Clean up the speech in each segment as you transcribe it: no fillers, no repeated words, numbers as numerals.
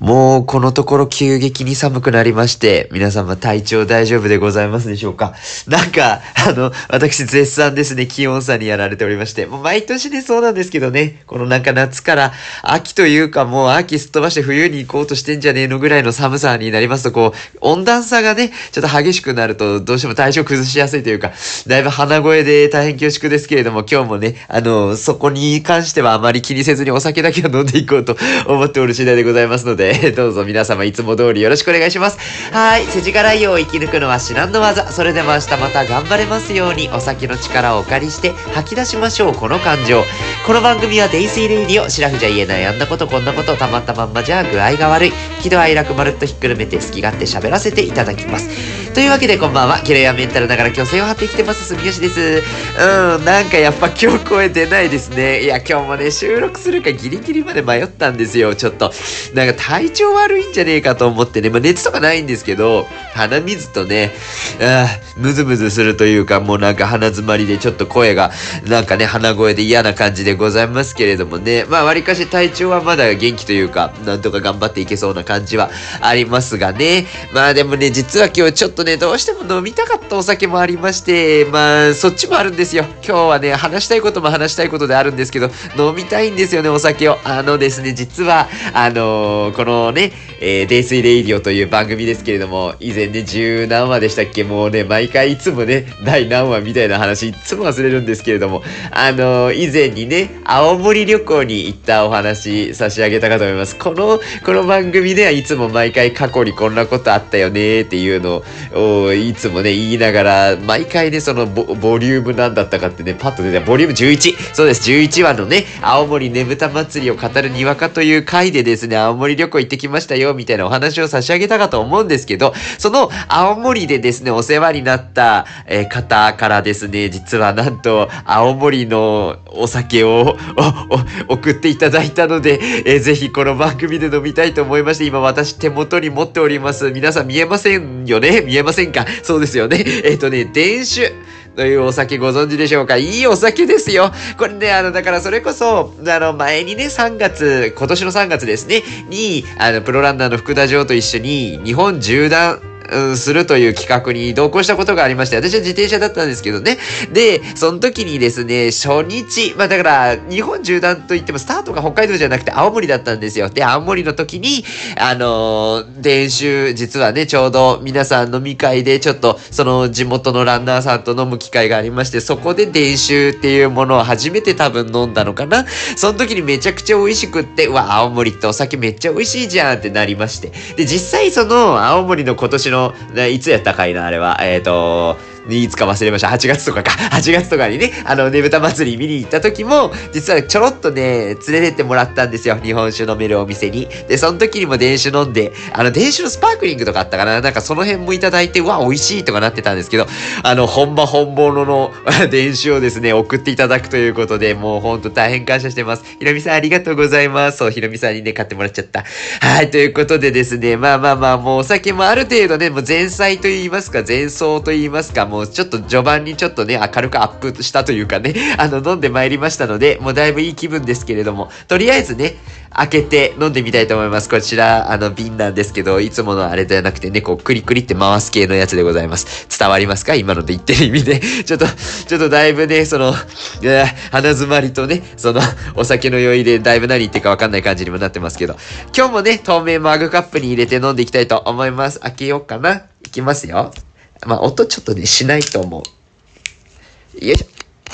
もうこのところ急激に寒くなりまして、皆様体調大丈夫でございますでしょうか？なんか、私絶賛ですね、気温差にやられておりまして、もう毎年ね、そうなんですけどね、このなんか夏から秋というかもう秋すっ飛ばして冬に行こうとしてんじゃねえのぐらいの寒さになりますと、こう、温暖差がね、ちょっと激しくなるとどうしても体調崩しやすいというか、だいぶ鼻声で大変恐縮ですけれども、今日もね、そこに関してはあまり気にせずにお酒だけを飲んでいこうと思っておる次第でございますので、どうぞ皆様いつも通りよろしくお願いします。はい、世知辛いよう生き抜くのは至難の技。それでも明日また頑張れますように、お酒の力をお借りして吐き出しましょう、この感情。この番組はデイスイレイディオ、シラフじゃ言えないあんなことこんなこと、たまったまんまじゃ具合が悪い、喜怒哀楽まるっとひっくるめて好き勝手喋らせていただきます。というわけでこんばんは、キレやメンタルながら虚勢を張ってきてます住吉です。なんかやっぱ今日声出ないですね。いや今日もね、収録するかギリギリまで迷ったんですよ。ちょっとなんか体調悪いんじゃねえかと思ってね、まあ、熱とかないんですけど、鼻水とね、ムズムズするというか、もうなんか鼻詰まりでちょっと声がなんかね、鼻声で嫌な感じでございますけれどもね、まあ割かし体調はまだ元気というか、なんとか頑張っていけそうな感じはありますがね。まあでもね、実は今日ちょっとね、どうしても飲みたかったお酒もありまして、まあそっちもあるんですよ。今日はね、話したいことも話したいことであるんですけど、飲みたいんですよね、お酒を。ですね、実は、このね、泥酔レイディオという番組ですけれども、以前ね、十何話でしたっけ？もうね、毎回いつもね、第何話みたいな話、いつも忘れるんですけれども、以前にね、青森旅行に行ったお話差し上げたかと思います。この番組ではいつも毎回過去にこんなことあったよねっていうのを、いつもね、言いながら、毎回ね、そのボリュームなんだったかってね、パッと出た、ボリューム11。そうです、11話のね、青森ねぶた祭りを語るにわかという回でですね、青森旅行行ってきましたよ、みたいなお話を差し上げたかと思うんですけど、その青森でですね、お世話になった、方からですね、実はなんと、青森のお酒を送っていただいたので、ぜひこの番組で飲みたいと思いまして、今私手元に持っております。皆さん見えませんよね？見えませんか？そうですよね。伝酒というお酒ご存知でしょうか？いいお酒ですよ。これね、だからそれこそ、前にね、今年の3月ですね、に、プロランナーの福田城と一緒に、日本縦断、するという企画に同行したことがありまして、私は自転車だったんですけどね。で、その時にですね、初日、まあだから、日本縦断といってもスタートが北海道じゃなくて青森だったんですよ。で、青森の時に、練習、実はね、ちょうど皆さん飲み会でちょっと、その地元のランナーさんと飲む機会がありまして、そこで練習っていうものを初めて多分飲んだのかな。その時にめちゃくちゃ美味しくって、うわ、青森ってお酒めっちゃ美味しいじゃんってなりまして。で、実際その、青森の今年のいつやったかいな、あれは。いつか忘れました。8月とかか。8月とかにね、ねぶた祭り見に行った時も、実はちょろっとね、連れてってもらったんですよ。日本酒飲めるお店に。で、その時にも伝酒飲んで、伝酒のスパークリングとかあったかな。なんかその辺もいただいて、うわ、美味しいとかなってたんですけど、本物の伝酒をですね、送っていただくということで、もうほんと大変感謝してます。ひろみさんありがとうございます。そう、ひろみさんにね、買ってもらっちゃった。はい、ということでですね、まあ、もうお酒もある程度ね、もう前菜と言いますか、前奏と言いますか、もうちょっと序盤にちょっとね、明るくアップしたというかね、飲んでまいりましたので、もうだいぶいい気分ですけれども、とりあえずね、開けて飲んでみたいと思います。こちら、瓶なんですけど、いつものあれではなくてね、こう、クリクリって回す系のやつでございます。伝わりますか？今ので言ってる意味で。ちょっとだいぶね、鼻詰まりとね、お酒の酔いでだいぶ何言ってるかわかんない感じにもなってますけど、今日もね、透明マグカップに入れて飲んでいきたいと思います。開けようかな。いきますよ。まあ、音ちょっとね、しないと思う。よいしょ。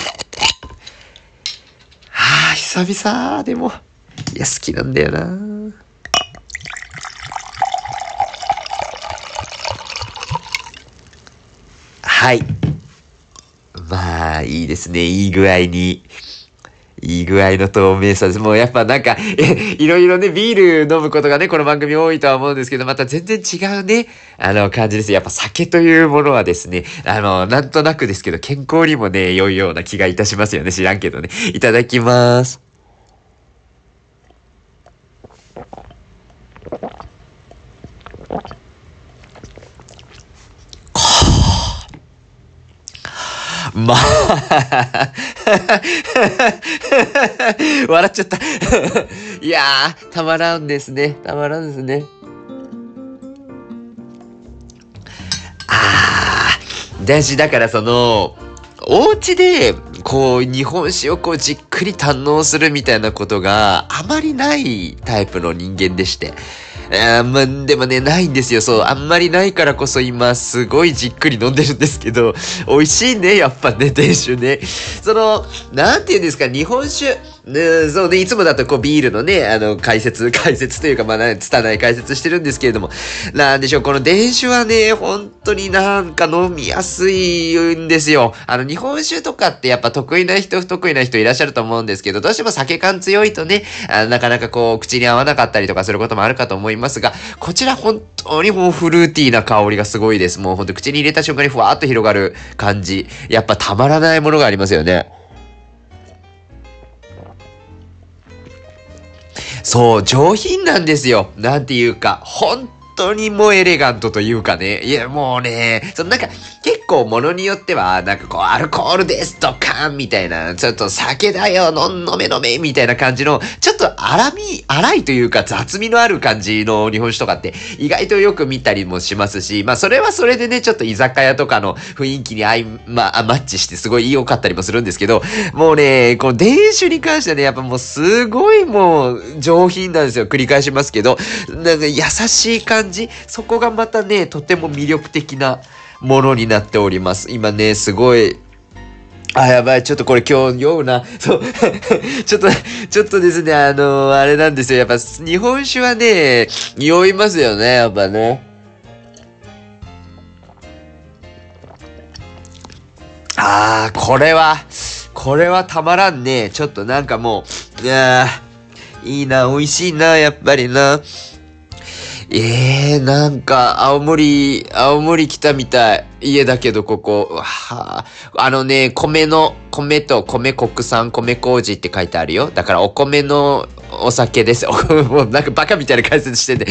はぁ、久々でも。いや、好きなんだよな。はい。まあ、いいですね。いい具合の透明さです。もうやっぱなんか、いろいろね、ビール飲むことがね、この番組多いとは思うんですけど、また全然違うね、感じです。やっぱ酒というものはですね、なんとなくですけど、健康にもね、良いような気がいたしますよね。知らんけどね。いただきます。まあ笑っちゃったいやー、たまらんですね。たまらんですね。だからお家で、日本酒をじっくり堪能するみたいなことがあまりないタイプの人間でして。でもね、ないんですよ。そう、あんまりないからこそ今、すごいじっくり飲んでるんですけど、美味しいね、やっぱね、店主ね。なんて言うんですか、日本酒。そうね、いつもだとビールのね、解説というか、拙い解説してるんですけれども、なんでしょう、この伝酒はね、本当になんか飲みやすいんですよ。日本酒とかってやっぱ得意な人、不得意な人いらっしゃると思うんですけど、どうしても酒感強いとね、なかなか口に合わなかったりとかすることもあるかと思いますが、こちら本当にもうフルーティーな香りがすごいです。もうほんと口に入れた瞬間にふわーっと広がる感じ。やっぱたまらないものがありますよね。そう、上品なんですよ。なんていうか、本当にもうエレガントというかね。いや、もうね、なんか、結構物によっては、なんかアルコールですとかみたいな、ちょっと酒だよ、飲め、みたいな感じの、ちょっと荒いというか雑味のある感じの日本酒とかって、意外とよく見たりもしますし、まあ、それはそれでね、ちょっと居酒屋とかの雰囲気にマッチしてすごい良かったりもするんですけど、もうね、この伝酒に関してはね、やっぱもうすごいもう上品なんですよ。繰り返しますけど、なんか優しい感じ、そこがまたね、とても魅力的なものになっております。今ね、すごい、やばい、ちょっとこれ今日酔うな。そう。ちょっとですね、あれなんですよ。やっぱ日本酒はね、酔いますよね、やっぱね。これはたまらんね。ちょっとなんかもう、いいな、美味しいな、やっぱりな。なんか、青森来たみたい。家だけど、ここ。米と米国産米麹って書いてあるよ。だからお米のお酒です。もうなんかバカみたいな解説してて。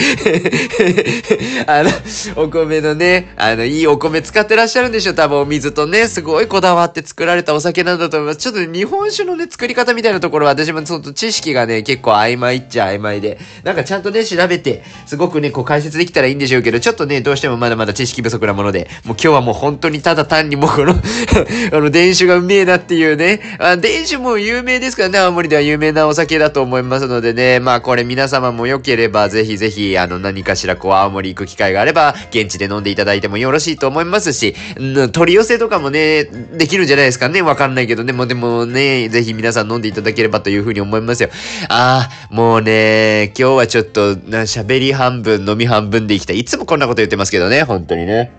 お米のね、いいお米使ってらっしゃるんでしょ。多分お水とね、すごいこだわって作られたお酒なんだと思います。ちょっと日本酒のね、作り方みたいなところは私もちょっと知識がね、結構曖昧っちゃ曖昧で。なんかちゃんとね、調べて、すごくね、解説できたらいいんでしょうけど、ちょっとね、どうしてもまだまだ知識不足なもので、もう今日はもう本当にただ単にもうこの伝酒がうめえなっていうね、伝酒も有名ですからね、青森では有名なお酒だと思いますのでね、まあこれ皆様も良ければ、ぜひぜひ、何かしら青森行く機会があれば、現地で飲んでいただいてもよろしいと思いますし、取り寄せとかもね、できるんじゃないですかね、わかんないけどね、でもね、ぜひ皆さん飲んでいただければというふうに思いますよ。もうね、今日はちょっと、喋り半分、飲み半分でいきたい。いつもこんなこと言ってますけどね、本当にね。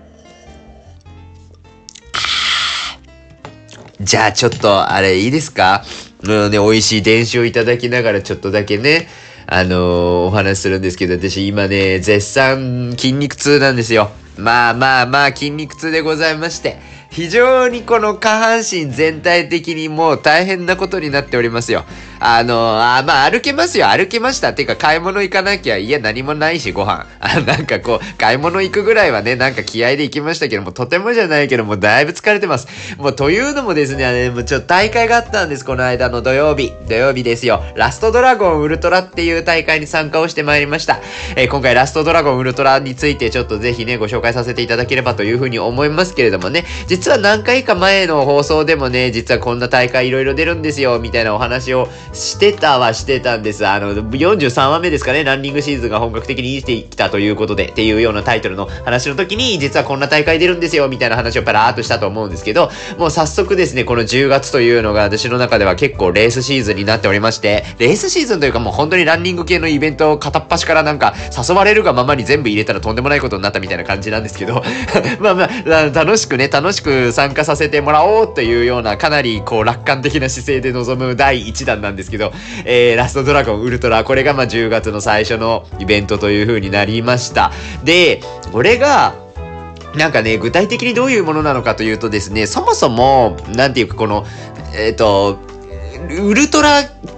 じゃあちょっと、あれいいですか？美味しい伝酒をいただきながらちょっとだけね、お話しするんですけど、私今ね、絶賛筋肉痛なんですよ。まあ、筋肉痛でございまして、非常にこの下半身全体的にもう大変なことになっておりますよ。歩けますよ。歩けました。てか、買い物行かなきゃ、いや、何もないし、ご飯。なんか買い物行くぐらいはね、なんか気合で行きましたけども、とてもじゃないけども、だいぶ疲れてます。もう、というのもですね、もうちょっと大会があったんです、この間の土曜日ですよ。ラストドラゴンウルトラっていう大会に参加をしてまいりました。今回ラストドラゴンウルトラについてちょっとぜひね、ご紹介させていただければというふうに思いますけれどもね、実は何回か前の放送でもね、実はこんな大会いろいろ出るんですよ、みたいなお話をしてたんです。43話目ですかね、ランニングシーズンが本格的に生きてきたということで、っていうようなタイトルの話の時に、実はこんな大会出るんですよ、みたいな話をパラーっとしたと思うんですけど、もう早速ですね、この10月というのが私の中では結構レースシーズンになっておりまして、レースシーズンというかもう本当にランニング系のイベントを片っ端からなんか誘われるがままに全部入れたらとんでもないことになったみたいな感じなんですけど、楽しく参加させてもらおうというような、かなり楽観的な姿勢で臨む第1弾なんですけど、ラストドラゴンウルトラ、これが10月の最初のイベントという風になりました。で、これが、なんかね、具体的にどういうものなのかというとですね、そもそも、なんていうかウルトラ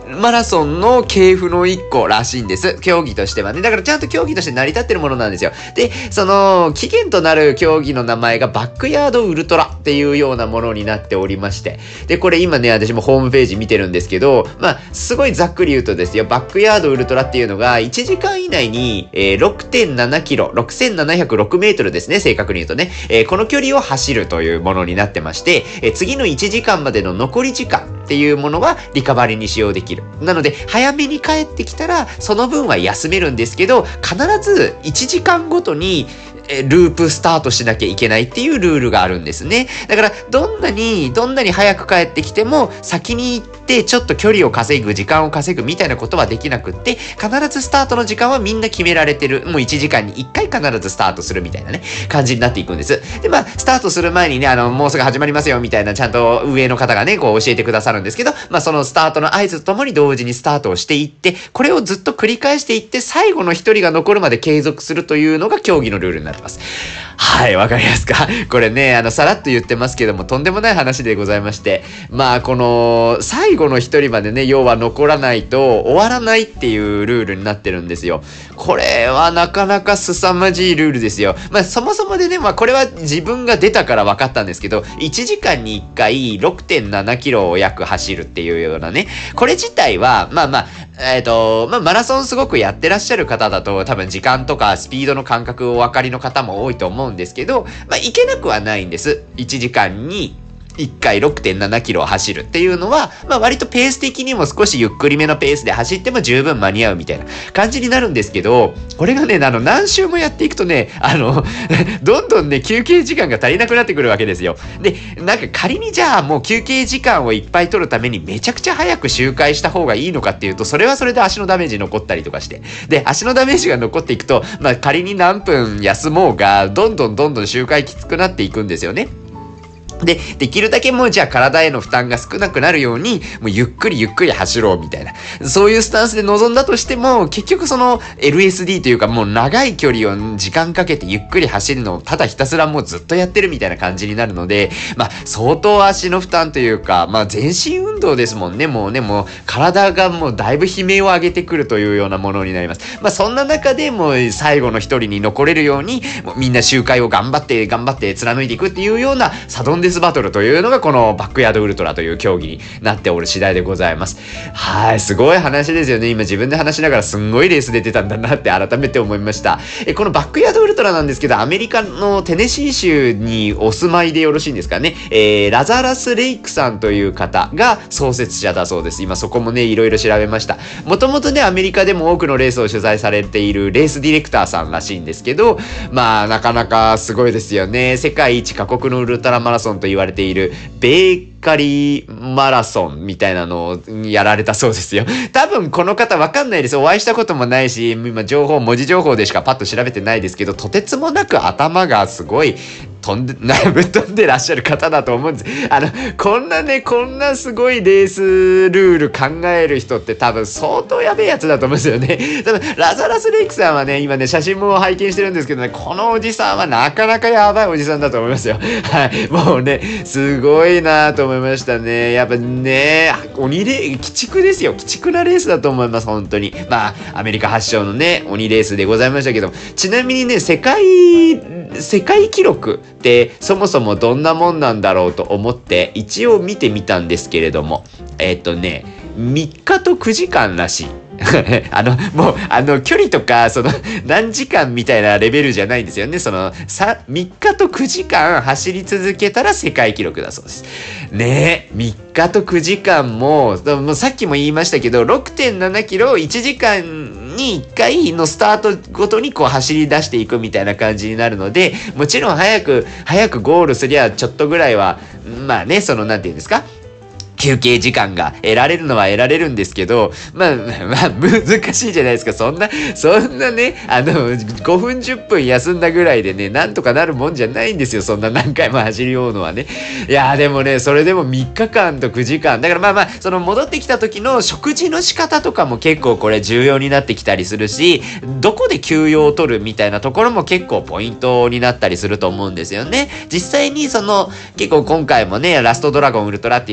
マラソンの系譜の一個らしいんです。競技としてはね。だからちゃんと競技として成り立ってるものなんですよ。で、その、起源となる競技の名前がバックヤードウルトラっていうようなものになっておりまして。で、これ今ね、私もホームページ見てるんですけど、まあ、すごいざっくり言うとですよ、バックヤードウルトラっていうのが、1時間以内に、6.7 キロ、6706メートルですね、正確に言うとね。この距離を走るというものになってまして、次の1時間までの残り時間っていうものはリカバリーに使用できる。なので、早めに帰ってきたら、その分は休めるんですけど、必ず1時間ごとに、ループスタートしなきゃいけないっていうルールがあるんですね。だから、どんなに早く帰ってきても、先に行ってちょっと距離を稼ぐ、時間を稼ぐみたいなことはできなくって、必ずスタートの時間はみんな決められてる。もう1時間に1回必ずスタートするみたいなね、感じになっていくんです。で、まあ、スタートする前にね、もうすぐ始まりますよみたいな、ちゃんと上の方がね、こう教えてくださるんですけど、まあ、そのスタートの合図とともに同時にスタートをしていって、これをずっと繰り返していって、最後の一人が残るまで継続するというのが競技のルールになってます。はい、わかりますか？これね、さらっと言ってますけども、とんでもない話でございまして、まあ、この、最後の一人までね、要は残らないと終わらないっていうルールになってるんですよ。これはなかなか凄まじいルールですよ。まあ、そもそもでね、まあ、これは自分が出たから分かったんですけど、1時間に1回 6.7 キロを約走るっていうようなね、これ自体は、まあ、マラソンすごくやってらっしゃる方だと、多分時間とかスピードの感覚をお分かりの方も多いと思うんですけど、まあ、いけなくはないんです。1時間に1回 6.7 キロを走るっていうのは、まあ割とペース的にも少しゆっくりめのペースで走っても十分間に合うみたいな感じになるんですけど、これがね、何周もやっていくとね、どんどんね、休憩時間が足りなくなってくるわけですよ。で、なんか仮にじゃあもう休憩時間をいっぱい取るためにめちゃくちゃ早く周回した方がいいのかっていうと、それはそれで足のダメージ残ったりとかして。で、足のダメージが残っていくと、まあ仮に何分休もうが、どんどん周回きつくなっていくんですよね。で、できるだけもうじゃあ体への負担が少なくなるように、もうゆっくり走ろうみたいな。そういうスタンスで臨んだとしても、結局その LSD というかもう長い距離を時間かけてゆっくり走るのをただひたすらもうずっとやってるみたいな感じになるので、まあ相当足の負担というか、まあ全身運動ですもんね。もう体がもうだいぶ悲鳴を上げてくるというようなものになります。まあそんな中でもう最後の一人に残れるように、もうみんな周回を頑張って貫いていくっていうようなサドンデスバトルというのがこのバックヤードウルトラという競技になっておる次第でございます。はい、すごい話ですよね。今自分で話しながらすんごいレース出てたんだなって改めて思いました。このバックヤードウルトラなんですけど、アメリカのテネシー州にお住まいでよろしいんですかね。ラザラス・レイクさんという方が創設者だそうです。今そこもね、いろいろ調べました。もともとね、アメリカでも多くのレースを取材されているレースディレクターさんらしいんですけど、まあなかなかすごいですよね。世界一過酷のウルトラマラソンと言われているベーカリーマラソンみたいなのをやられたそうですよ。多分この方わかんないです。お会いしたこともないし、今文字情報でしかパッと調べてないですけど、とてつもなく頭がすごいぶっ飛んでらっしゃる方だと思うんです。こんなすごいレースルール考える人って多分相当やべえやつだと思うんですよね。多分ラザラス・レイクさんはね、今ね、写真も拝見してるんですけどね、このおじさんはなかなかやばいおじさんだと思いますよ。はい。もうね、すごいなと思いましたね。やっぱね、鬼鬼畜ですよ。鬼畜なレースだと思います、本当に。まあ、アメリカ発祥のね、鬼レースでございましたけど、ちなみにね、世界記録ってそもそもどんなもんなんだろうと思って一応見てみたんですけれども、3日と9時間らしい。距離とか、何時間みたいなレベルじゃないんですよね。3日と9時間走り続けたら世界記録だそうです。ねえ、3日と9時間もさっきも言いましたけど、6.7 キロを1時間に1回のスタートごとにこう走り出していくみたいな感じになるので、もちろん早くゴールすりゃちょっとぐらいは、まあね、なんていうんですか、休憩時間が得られるのは得られるんですけど、まあ、難しいじゃないですか。そんなね、5分10分休んだぐらいでね、なんとかなるもんじゃないんですよ。そんな何回も走りようのはね。いやーでもね、それでも3日間と9時間。だから戻ってきた時の食事の仕方とかも結構これ重要になってきたりするし、どこで休養を取るみたいなところも結構ポイントになったりすると思うんですよね。実際に結構今回もね、ラストドラゴンウルトラっていう、日本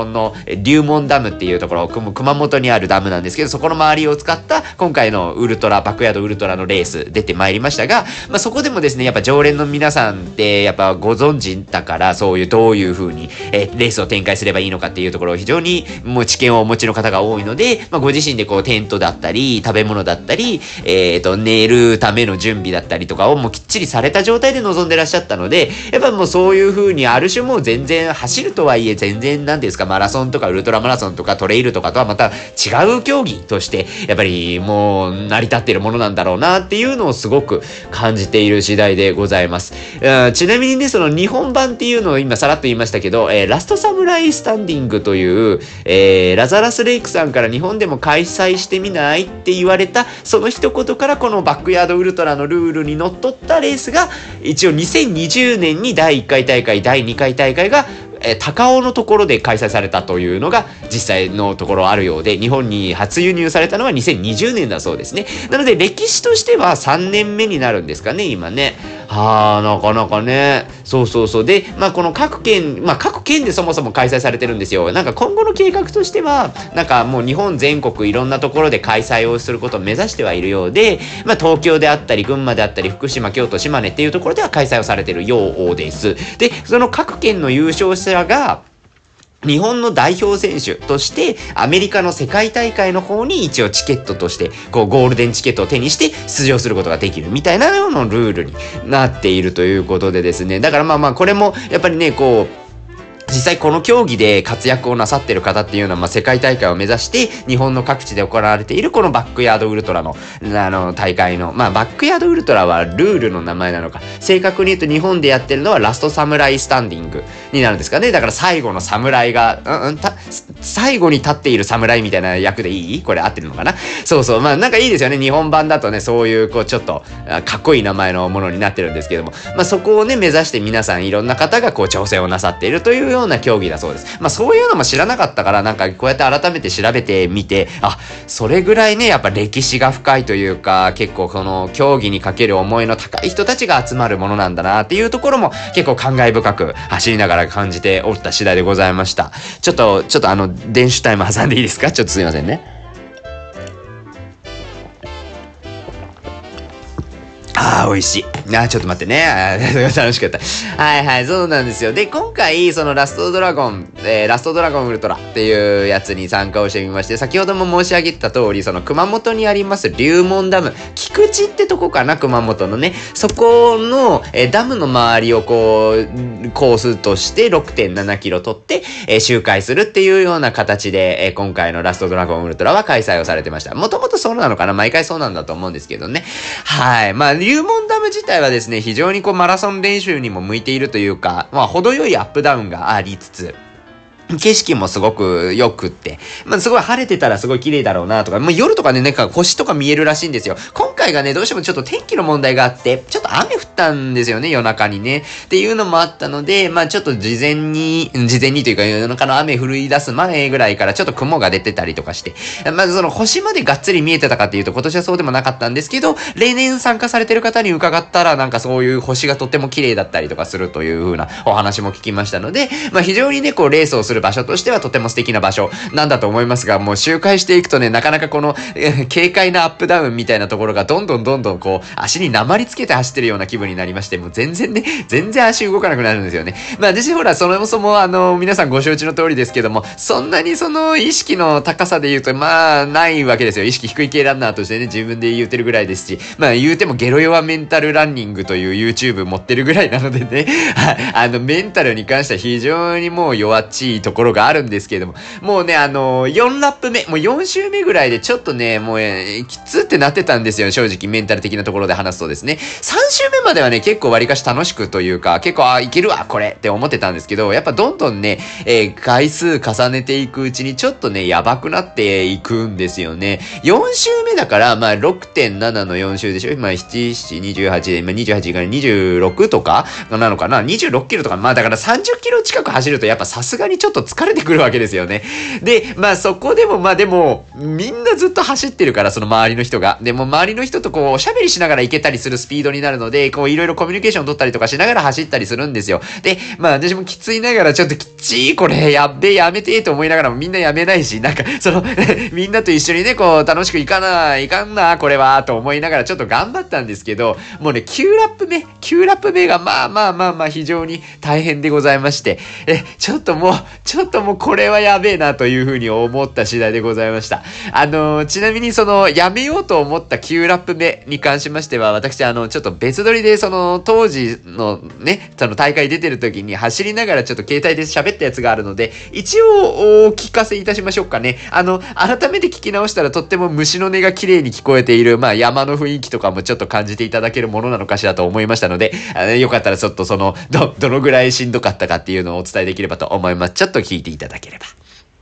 村の龍門ダムっていうところ、熊本にあるダムなんですけど、そこの周りを使った今回のバックヤードウルトラのレース出てまいりましたが、そこでもですね、やっぱ常連の皆さんってやっぱご存知だから、そういうどういう風に、レースを展開すればいいのかっていうところを非常にもう知見をお持ちの方が多いので、ご自身でこうテントだったり、食べ物だったり、寝るための準備だったりとかをもうきっちりされた状態で臨んでらっしゃったので、やっぱもうそういう風にある種もう全然走るとはいえ全然なんですか、マラソンとかウルトラマラソンとかトレイルとかとはまた違う競技としてやっぱりもう成り立っているものなんだろうなっていうのをすごく感じている次第でございます。ちなみにね、その日本版っていうのを今さらっと言いましたけど、ラストサムライスタンディングという、ラザラスレイクさんから日本でも開催してみないって言われたその一言からこのバックヤードウルトラのルールにのっとったレースが一応2020年に第1回大会第2回大会が高尾のところで開催されたというのが実際のところあるようで、日本に初輸入されたのは2020年だそうですね。なので歴史としては3年目になるんですかね、今ね。なかなかね。そう。で、この各県でそもそも開催されてるんですよ。なんか今後の計画としては、なんかもう日本全国いろんなところで開催をすることを目指してはいるようで、東京であったり、群馬であったり、福島、京都、島根っていうところでは開催をされてるようです。で、その各県の優勝者が、日本の代表選手としてアメリカの世界大会の方に一応チケットとしてこうゴールデンチケットを手にして出場することができるみたいなようなルールになっているということでですね。だからこれもやっぱりね、こう実際この競技で活躍をなさっている方っていうのは、世界大会を目指して日本の各地で行われているこのバックヤードウルトラの大会の、バックヤードウルトラはルールの名前なのか、正確に言うと日本でやってるのはラストサムライスタンディングになるんですかね。だから最後の侍が、最後に立っている侍みたいな役でいい？これ合ってるのかな？そう。なんかいいですよね。日本版だとね、そういうこうちょっとかっこいい名前のものになってるんですけども、そこをね目指して皆さんいろんな方がこう挑戦をなさっているというような競技だそうです。そういうのも知らなかったから、なんかこうやって改めて調べてみて、それぐらいね、やっぱ歴史が深いというか、結構この競技にかける思いの高い人たちが集まるものなんだなっていうところも結構感慨深く走りながら感じておった次第でございました。ちょっと電子タイム挟んでいいですか？ちょっとすいませんね。美味しい。ちょっと待ってね。楽しかった。はい、そうなんですよ。で、今回、そのラストドラゴンウルトラっていうやつに参加をしてみまして、先ほども申し上げた通り、その熊本にあります龍門ダム、菊池ってとこかな、熊本のね。そこの、ダムの周りをこう、コースとして 6.7 キロ取って、周回するっていうような形で、今回のラストドラゴンウルトラは開催をされてました。もともとそうなのかな？毎回そうなんだと思うんですけどね。はい。龍門ダム自体はですね、非常にこうマラソン練習にも向いているというか、程よいアップダウンがありつつ、景色もすごく良くって、すごい晴れてたらすごい綺麗だろうなとか、夜とかね、なんか星とか見えるらしいんですよ。今回がね、どうしてもちょっと天気の問題があって、ちょっと雨降ったんですよね、夜中にね。っていうのもあったので、ちょっと事前にというか、夜中の雨降り出す前ぐらいからちょっと雲が出てたりとかして、その星までがっつり見えてたかっていうと、今年はそうでもなかったんですけど、例年参加されてる方に伺ったら、なんかそういう星がとっても綺麗だったりとかするという風なお話も聞きましたので、非常にね、こうレースをする場所としてはとても素敵な場所なんだと思いますが、もう周回していくとね、なかなかこの、軽快なアップダウンみたいなところがどんどんこう足に鉛つけて走ってるような気分になりまして、もう全然足動かなくなるんですよね。私ほらそもそも皆さんご承知の通りですけども、そんなにその意識の高さで言うとないわけですよ。意識低い系ランナーとしてね、自分で言ってるぐらいですし、言うてもゲロ弱メンタルランニングという YouTube 持ってるぐらいなのでねメンタルに関しては非常にもう弱っちいところがあるんですけれども、もうね、4ラップ目、もう4周目ぐらいでちょっとね、もう、きつってなってたんですよ、正直、メンタル的なところで話すとですね。3周目まではね、結構割かし楽しくというか、結構、いけるわ、これって思ってたんですけど、やっぱどんどんね、回数重ねていくうちにちょっとね、やばくなっていくんですよね。4周目だから、6.7 の4周でしょ？7、7、28で、今28から26とかなのかな？ 26 キロとか、だから30キロ近く走るとやっぱさすがにちょっとと疲れてくるわけですよね。で、まあそこでも、まあでも、みんなずっと走ってるから、その周りの人が。でも周りの人とこう、おしゃべりしながら行けたりするスピードになるので、こういろいろコミュニケーション取ったりとかしながら走ったりするんですよ。で、まあ私もきついながらちょっときっちいこれやっべえやめてと思いながらもみんなやめないし、なんかそのみんなと一緒にね、こう楽しくいかんな、これは、と思いながらちょっと頑張ったんですけど、もうね、9ラップ目がまあ非常に大変でございまして、ちょっともうこれはやべえなというふうに思った次第でございました。ちなみにその、やめようと思った9ラップ目に関しましては、私ちょっと別撮りでその、当時のね、その大会出てる時に走りながらちょっと携帯で喋ったやつがあるので、一応お聞かせいたしましょうかね。改めて聞き直したらとっても虫の音が綺麗に聞こえている、まあ山の雰囲気とかもちょっと感じていただけるものなのかしらと思いましたので、よかったらちょっとその、どのぐらいしんどかったかっていうのをお伝えできればと思います。ちょっと聞いていただければ。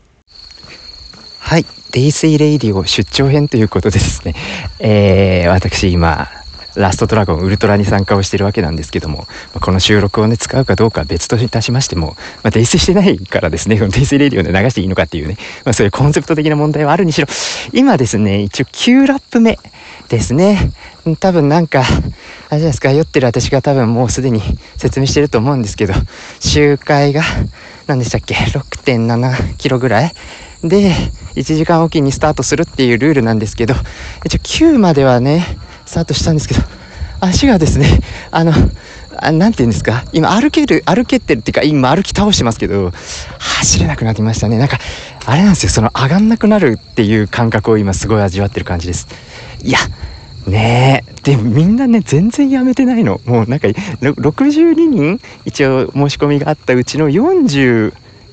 はい、デイスイレイディオ出張編ということでですね、私今ラストドラゴンウルトラに参加をしているわけなんですけども、この収録をね使うかどうかは別といたしましても、泥酔してないからですね、泥酔レディオで流していいのかっていうね、そういうコンセプト的な問題はあるにしろ、今ですね一応9ラップ目ですね。多分なんかあれじゃないですか、酔ってる私が多分もうすでに説明してると思うんですけど、周回が何でしたっけ、 6.7 キロぐらいで1時間おきにスタートするっていうルールなんですけど、一応9まではねスタートしたんですけど、足がですねなんていうんですか、今歩けてるっていうか、今歩き倒してますけど走れなくなってましたね。なんかあれなんですよ、その上がんなくなるっていう感覚を今すごい味わってる感じです。いやねえ、でもみんなね全然やめてないの。もうなんか62人一応申し込みがあったうちの40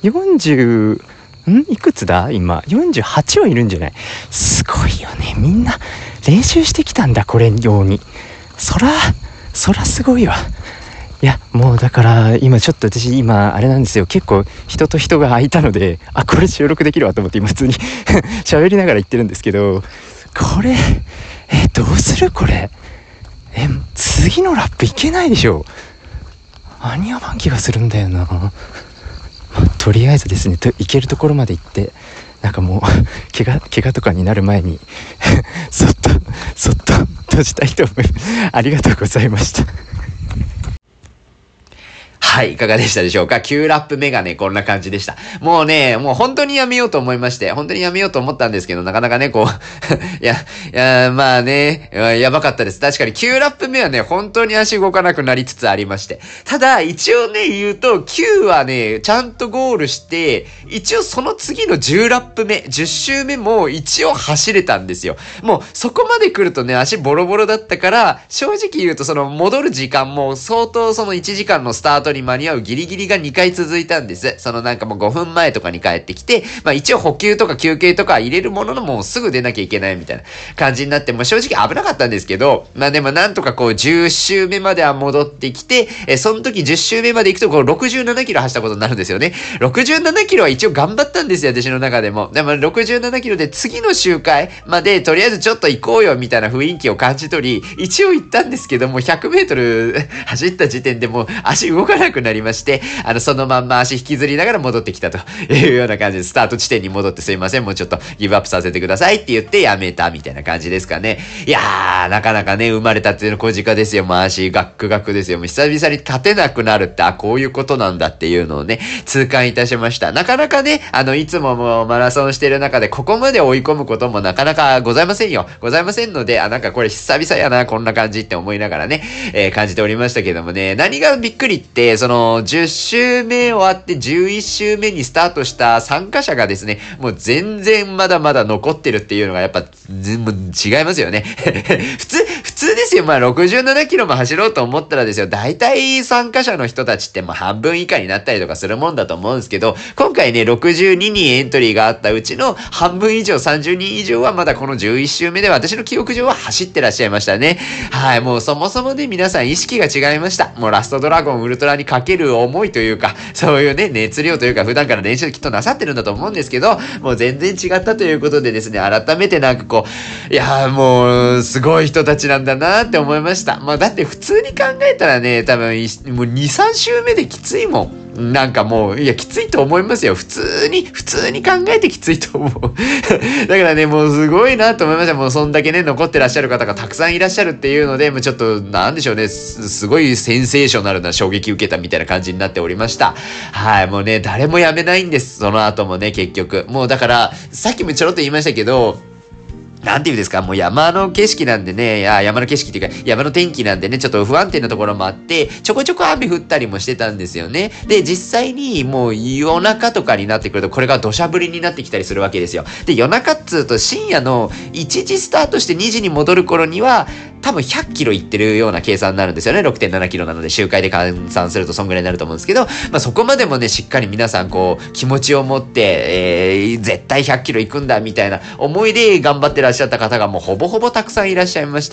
いくつだ今、48はいるんじゃない？すごいよね、みんな練習してきたんだこれ用に。そらすごいわ。いやもうだから今ちょっと私今あれなんですよ、結構人と人が空いたので、これ収録できるわと思って今普通に喋りながら言ってるんですけど、これどうするこれ、次のラップいけないでしょ。間に合わん気がするんだよな。とりあえずですね、行けるところまで行って、なんかもう怪我とかになる前にそっと閉じたいと思います。ありがとうございました。 はい、いかがでしたでしょうか。9ラップ目がね、こんな感じでした。もう本当にやめようと思いまして、本当にやめようと思ったんですけど、なかなかね、こう、まあね、やばかったです。確かに9ラップ目はね、本当に足動かなくなりつつありまして。ただ、一応ね、言うと、9はね、ちゃんとゴールして、一応その次の10ラップ目、10周目も一応走れたんですよ。もう、そこまで来るとね、足ボロボロだったから、正直言うと、その戻る時間も相当その1時間のスタートに間に合うギリギリが2回続いたんです。そのなんかもう5分前とかに帰ってきて、まあ一応補給とか休憩とか入れるもののもうすぐ出なきゃいけないみたいな感じになって、もう正直危なかったんですけど、まあでもなんとかこう10周目までは戻ってきて、その時10周目まで行くとこう67キロ走ったことになるんですよね。67キロは一応頑張ったんですよ、私の中でも。でも67キロで次の周回までとりあえずちょっと行こうよみたいな雰囲気を感じ取り、一応行ったんですけども、100メートル走った時点でもう足動かなくなりまして、そのまんま足引きずりながら戻ってきたというような感じで、スタート地点に戻ってすいません、もうちょっとギブアップさせてくださいって言ってやめたみたいな感じですかね。いやー、なかなかね、生まれたての小鹿ですよ。もう足ガックガクですよ。もう久々に立てなくなるって、こういうことなんだっていうのをね、痛感いたしました。なかなかね、いつももうマラソンしてる中でここまで追い込むこともなかなかございませんので、なんかこれ久々やな、こんな感じって思いながらね、感じておりましたけどもね、何がびっくりって、その、10周目終わって11周目にスタートした参加者がですね、もう全然まだまだ残ってるっていうのがやっぱ全部違いますよね。普通ですよ。まあ67キロも走ろうと思ったらですよ、大体参加者の人たちって半分以下になったりとかするもんだと思うんですけど、今回ね、62人エントリーがあったうちの半分以上、30人以上はまだこの11周目で私の記憶上は走ってらっしゃいましたね。はい、もうそもそもね、皆さん意識が違いました。もうラストドラゴンウルトラにかける思いというか、そういうね、熱量というか、普段から練習きっとなさってるんだと思うんですけど、もう全然違ったということでですね、改めてなんかこう、いやーもう、すごい人たちなんだなーって思いました。まあだって普通に考えたらね、多分、もう2、3週目できついもん。 なんかもう、いや、きついと思いますよ。普通に考えてきついと思う。だからね、もうすごいなと思いました。もうそんだけね、残ってらっしゃる方がたくさんいらっしゃるっていうので、もうちょっと、なんでしょうね、すごいセンセーショナルな衝撃受けたみたいな感じになっておりました。はい、もうね、誰もやめないんです。その後もね、結局。もうだから、さっきもちょろっと言いましたけど、なんていうんですか、もう山の景色なんでね、山の景色っていうか、山の天気なんでね、ちょっと不安定なところもあって、ちょこちょこ雨降ったりもしてたんですよね。で、実際にもう夜中とかになってくると、これが土砂降りになってきたりするわけですよ。で、夜中っつうと深夜の1時スタートして2時に戻る頃には、多分100キロ行ってるような計算になるんですよね。6.7 キロなので、周回で換算するとそんぐらいになると思うんですけど、まあそこまでもね、しっかり皆さんこう、気持ちを持って、絶対100キロ行くんだ、みたいな思いで頑張ってらっしゃった方がもうほぼほぼたくさんいらっしゃいまして、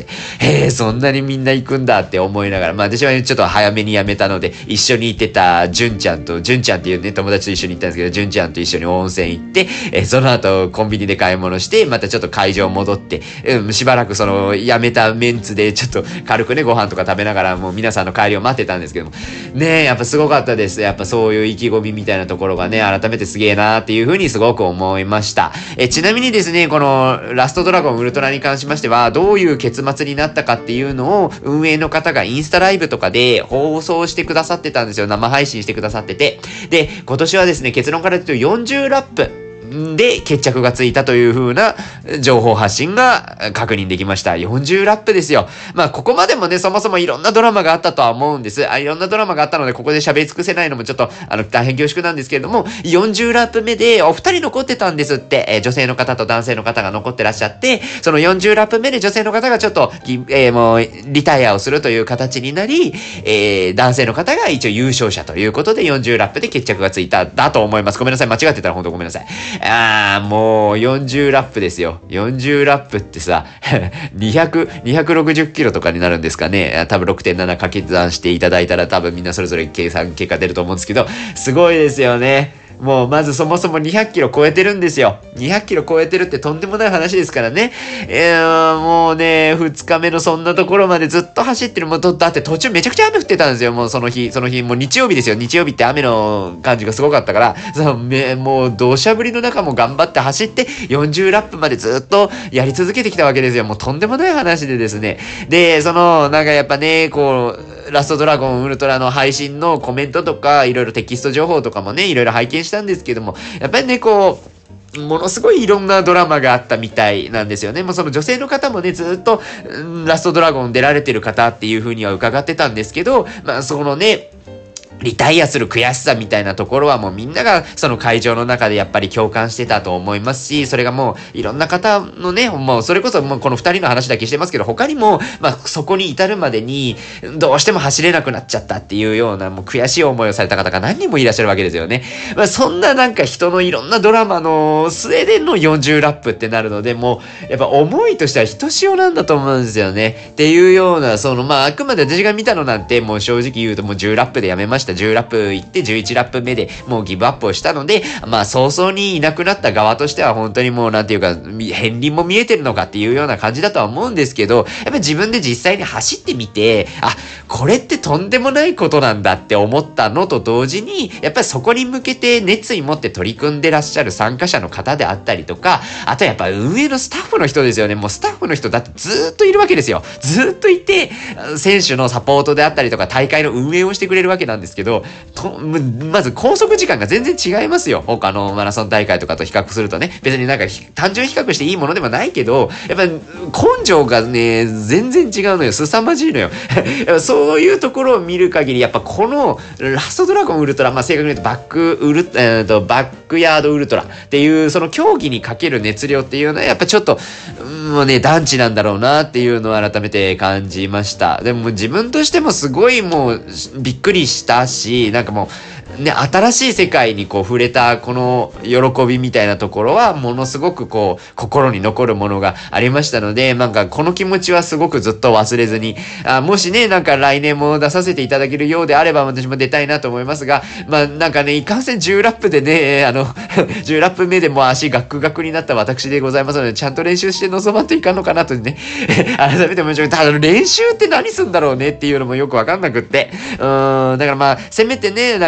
そんなにみんな行くんだって思いながら、まあ私はちょっと早めに辞めたので、一緒に行ってた純ちゃんっていうね、友達と一緒に行ったんですけど、純ちゃんと一緒に温泉行って、その後コンビニで買い物して、またちょっと会場戻って、しばらくその辞めたメンツでちょっと軽くね、ご飯とか食べながらもう皆さんの帰りを待ってたんですけども、ねえ、やっぱすごかったです。やっぱそういう意気込みみたいなところがね、改めてすげえなーっていう風にすごく思いました。ちなみにですね、このラストドラゴンウルトラに関しましては、どういう結末になったかっていうのを運営の方がインスタライブとかで放送してくださってたんですよ。生配信してくださってて。で、今年はですね、結論から言うと40ラップ。で、決着がついたという風な情報発信が確認できました。40ラップですよ。まあ、ここまでもね、そもそもいろんなドラマがあったとは思うんです。いろんなドラマがあったので、ここで喋り尽くせないのもちょっと、大変恐縮なんですけれども、40ラップ目でお二人残ってたんですって、女性の方と男性の方が残ってらっしゃって、その40ラップ目で女性の方がちょっと、もう、リタイアをするという形になり、男性の方が一応優勝者ということで、40ラップで決着がついた、だと思います。ごめんなさい。間違ってたら本当ごめんなさい。もう40ラップですよ。40ラップってさ、260キロとかになるんですかね。多分 6.7 掛け算していただいたら多分みんなそれぞれ計算結果出ると思うんですけど、すごいですよね。もうまずそもそも200キロ超えてるんですよ。200キロ超えてるってとんでもない話ですからね。もうね、2日目のそんなところまでずっと走ってる。もうだって途中めちゃくちゃ雨降ってたんですよ。もうその日、もう日曜日ですよ。日曜日って雨の感じがすごかったから、もう土砂降りの中も頑張って走って40ラップまでずっとやり続けてきたわけですよ。もうとんでもない話でですね。で、なんかやっぱね、こう、ラストドラゴンウルトラの配信のコメントとか、いろいろテキスト情報とかもね、いろいろ拝見したんですけども、やっぱりね、こう、ものすごいいろんなドラマがあったみたいなんですよね。もうその女性の方もね、ずっと、ラストドラゴン出られてる方っていう風には伺ってたんですけど、まあそのね、リタイアする悔しさみたいなところはもうみんながその会場の中でやっぱり共感してたと思いますし、それがもういろんな方のね、もうそれこそもうこの二人の話だけしてますけど、他にもまあそこに至るまでにどうしても走れなくなっちゃったっていうようなもう悔しい思いをされた方が何人もいらっしゃるわけですよね。まあそんななんか人のいろんなドラマの末での40ラップってなるので、もうやっぱ思いとしてはひとしおなんだと思うんですよね。っていうような、まああくまで私が見たのなんてもう正直言うともう10ラップでやめました。10ラップ行って11ラップ目でもうギブアップをしたので、まあ早々にいなくなった側としては本当にもうなんていうか、片鱗も見えてるのかっていうような感じだとは思うんですけど、やっぱり自分で実際に走ってみて、これってとんでもないことなんだって思ったのと同時に、やっぱりそこに向けて熱意持って取り組んでらっしゃる参加者の方であったりとか、あとやっぱ運営のスタッフの人ですよね。もうスタッフの人だってずーっといるわけですよ。ずーっといて、選手のサポートであったりとか大会の運営をしてくれるわけなんですけど、まず拘束時間が全然違いますよ。他のマラソン大会とかと比較するとね。別になんか単純比較していいものでもないけど、やっぱり根性がね、全然違うのよ。凄まじいのよ。そういうところを見る限り、やっぱこのラストドラゴンウルトラ、まあ正確に言うとバックヤードウルトラっていうその競技にかける熱量っていうのはやっぱちょっと、もうね、団地なんだろうなっていうのを改めて感じました。でも自分としてもすごいもうびっくりしたし、なんかもう、ね、新しい世界にこう触れたこの喜びみたいなところはものすごくこう心に残るものがありましたので、なんかこの気持ちはすごくずっと忘れずに、もしね、なんか来年も出させていただけるようであれば私も出たいなと思いますが、まあなんかね、いかんせん10ラップでね、10ラップ目でもう足ガクガクになった私でございますので、ちゃんと練習して臨まんといかんのかなとね、改めて思いました。ただ練習って何すんだろうねっていうのもよくわかんなくって、だからまあせめてね、なんかこ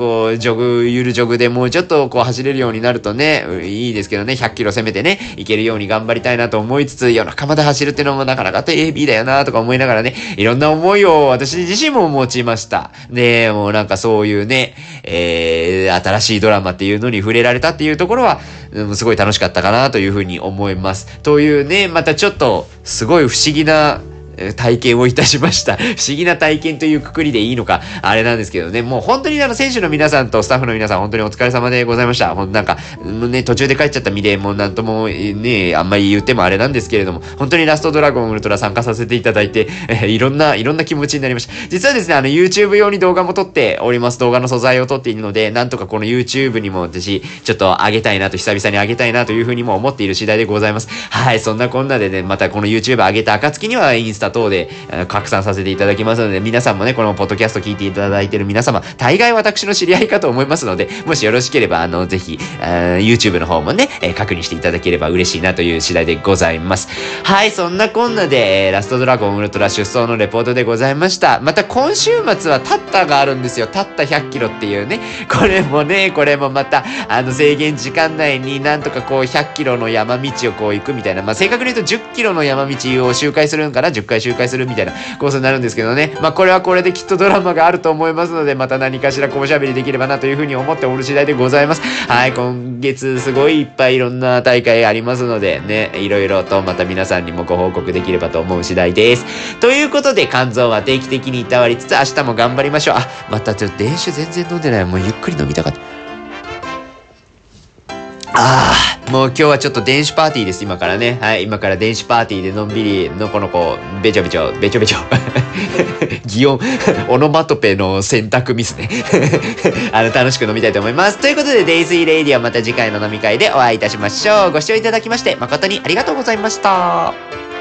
こう、ゆるジョグでもうちょっとこう走れるようになるとね、いいですけどね、100キロ攻めてね、いけるように頑張りたいなと思いつつ、夜中まで走るってのもなかなか手ABだよなとか思いながらね、いろんな思いを私自身も持ちました。で、もうなんかそういうね、新しいドラマっていうのに触れられたっていうところは、すごい楽しかったかなというふうに思います。というね、またちょっと、すごい不思議な、体験をいたしました。不思議な体験というくくりでいいのか、あれなんですけどね、もう本当に選手の皆さんとスタッフの皆さん、本当にお疲れ様でございました。なんか、ね、途中で帰っちゃった身で、もうなんともね、あんまり言ってもあれなんですけれども、本当にラストドラゴンウルトラ参加させていただいて、いろんな気持ちになりました。実はですね、YouTube 用に動画も撮っております。動画の素材を撮っているので、なんとかこの YouTube にも私、ちょっと上げたいなと、久々に上げたいなというふうにも思っている次第でございます。はい、そんなこんなでね、またこの YouTube 上げた暁にはインスタ等で拡散させていただきますので、皆さんもね、このポッドキャスト聞いていただいている皆様、大概私の知り合いかと思いますので、もしよろしければ、ぜひ、YouTube の方もね、確認していただければ嬉しいなという次第でございます。はい、そんなこんなで、ラストドラゴンウルトラ出走のレポートでございました。また今週末はタッタがあるんですよ。タッタ100キロっていうね。これもまた、制限時間内になんとかこう100キロの山道をこう行くみたいな、まあ、正確に言うと10キロの山道を周回するんかな ?10 回周回するみたいなコースになるんですけどね。まあ、これはこれできっとドラマがあると思いますので、また何かしらこうおしゃべりできればなというふうに思っておる次第でございます。はい、今月すごいいっぱいいろんな大会ありますのでね、いろいろとまた皆さんにもご報告できればと思う次第です。ということで、肝臓は定期的にいたわりつつ、明日も頑張りましょう。あ、またちょっと電酒全然飲んでない。もうゆっくり飲みたかった。もう今日はちょっと電子パーティーです、今からね。はい、今から電子パーティーでのんびり、のこのこ、べちょべちょ。擬音、オノマトペの選択ミスね。楽しく飲みたいと思います。ということで、デイズイレイディはまた次回の飲み会でお会いいたしましょう。ご視聴いただきまして、誠にありがとうございました。